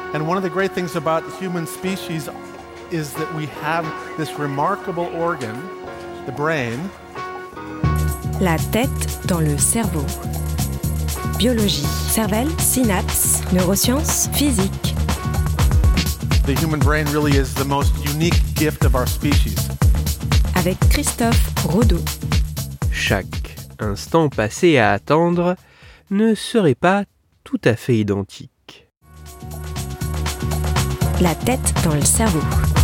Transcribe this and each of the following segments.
And one of the great things about the human species is that we have this remarkable organ, the brain. La tête dans le cerveau. Biologie, cervelle, synapses, neurosciences, physique. The human brain really is the most unique gift of our species. Avec Christophe Rodeau. Chaque instant passé à attendre ne serait pas tout à fait identique. La tête dans le cerveau.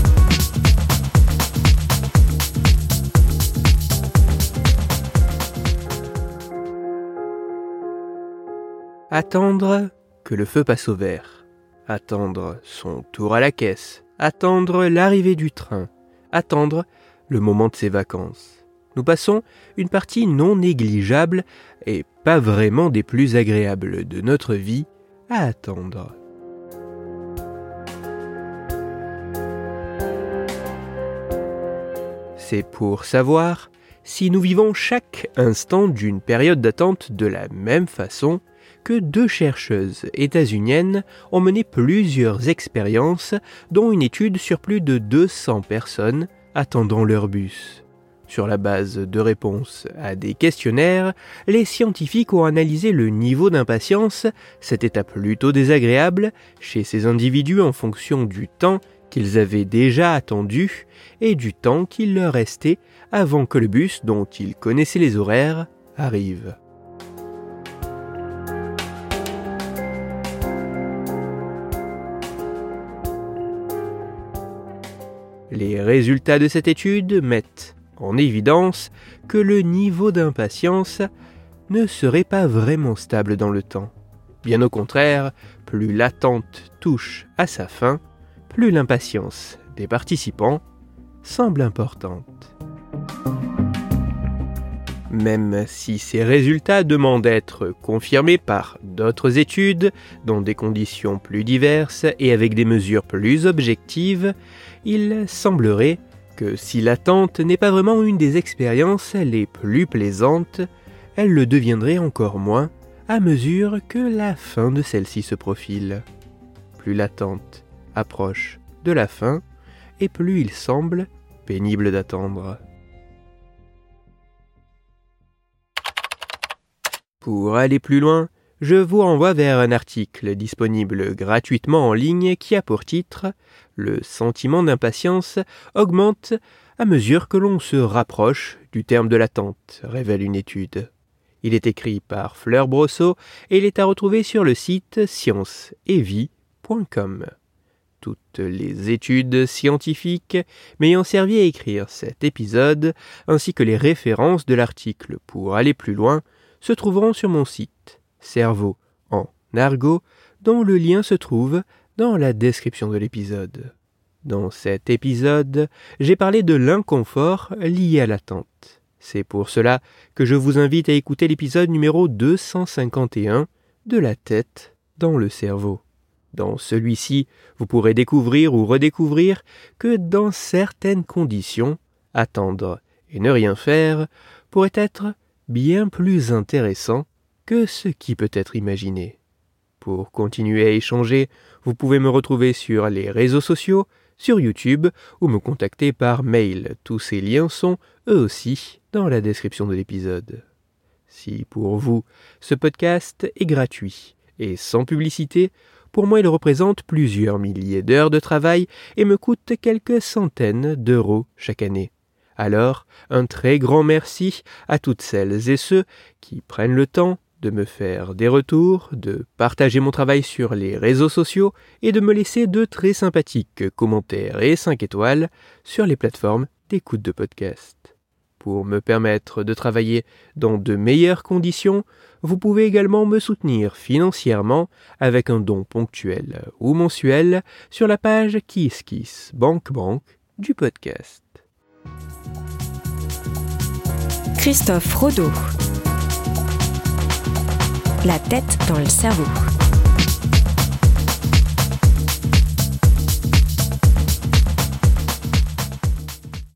Attendre que le feu passe au vert. Attendre son tour à la caisse. Attendre l'arrivée du train. Attendre le moment de ses vacances. Nous passons une partie non négligeable et pas vraiment des plus agréables de notre vie à attendre. C'est pour savoir si nous vivons chaque instant d'une période d'attente de la même façon que 2 chercheuses états-uniennes ont mené plusieurs expériences, dont une étude sur plus de 200 personnes attendant leur bus. Sur la base de réponses à des questionnaires, les scientifiques ont analysé le niveau d'impatience, cet état plutôt désagréable, chez ces individus en fonction du temps qu'ils avaient déjà attendu et du temps qu'il leur restait avant que le bus, dont ils connaissaient les horaires, arrive. Les résultats de cette étude mettent en évidence que le niveau d'impatience ne serait pas vraiment stable dans le temps. Bien au contraire, plus l'attente touche à sa fin, plus l'impatience des participants semble importante. Même si ces résultats demandent d'être confirmés par d'autres études, dans des conditions plus diverses et avec des mesures plus objectives, il semblerait que si l'attente n'est pas vraiment une des expériences les plus plaisantes, elle le deviendrait encore moins à mesure que la fin de celle-ci se profile. Plus l'attente approche de la fin, et plus il semble pénible d'attendre. Pour aller plus loin, je vous renvoie vers un article disponible gratuitement en ligne qui a pour titre « Le sentiment d'impatience augmente à mesure que l'on se rapproche du terme de l'attente », révèle une étude. Il est écrit par Fleur Brosseau et il est à retrouver sur le site scienceetvie.com. Toutes les études scientifiques m'ayant servi à écrire cet épisode, ainsi que les références de l'article pour aller plus loin, se trouveront sur mon site, Cerveau en argot, dont le lien se trouve dans la description de l'épisode. Dans cet épisode, j'ai parlé de l'inconfort lié à l'attente. C'est pour cela que je vous invite à écouter l'épisode numéro 251 de La tête dans le cerveau. Dans celui-ci, vous pourrez découvrir ou redécouvrir que dans certaines conditions, attendre et ne rien faire pourrait être bien plus intéressant que ce qui peut être imaginé. Pour continuer à échanger, vous pouvez me retrouver sur les réseaux sociaux, sur YouTube ou me contacter par mail. Tous ces liens sont, eux aussi, dans la description de l'épisode. Si pour vous, ce podcast est gratuit et sans publicité, pour moi il représente plusieurs milliers d'heures de travail et me coûte quelques centaines d'euros chaque année. Alors, un très grand merci à toutes celles et ceux qui prennent le temps de me faire des retours, de partager mon travail sur les réseaux sociaux et de me laisser de très sympathiques commentaires et 5 étoiles sur les plateformes d'écoute de podcast. Pour me permettre de travailler dans de meilleures conditions, vous pouvez également me soutenir financièrement avec un don ponctuel ou mensuel sur la page KissKissBankBank du podcast. Christophe Rodeau. La tête dans le cerveau.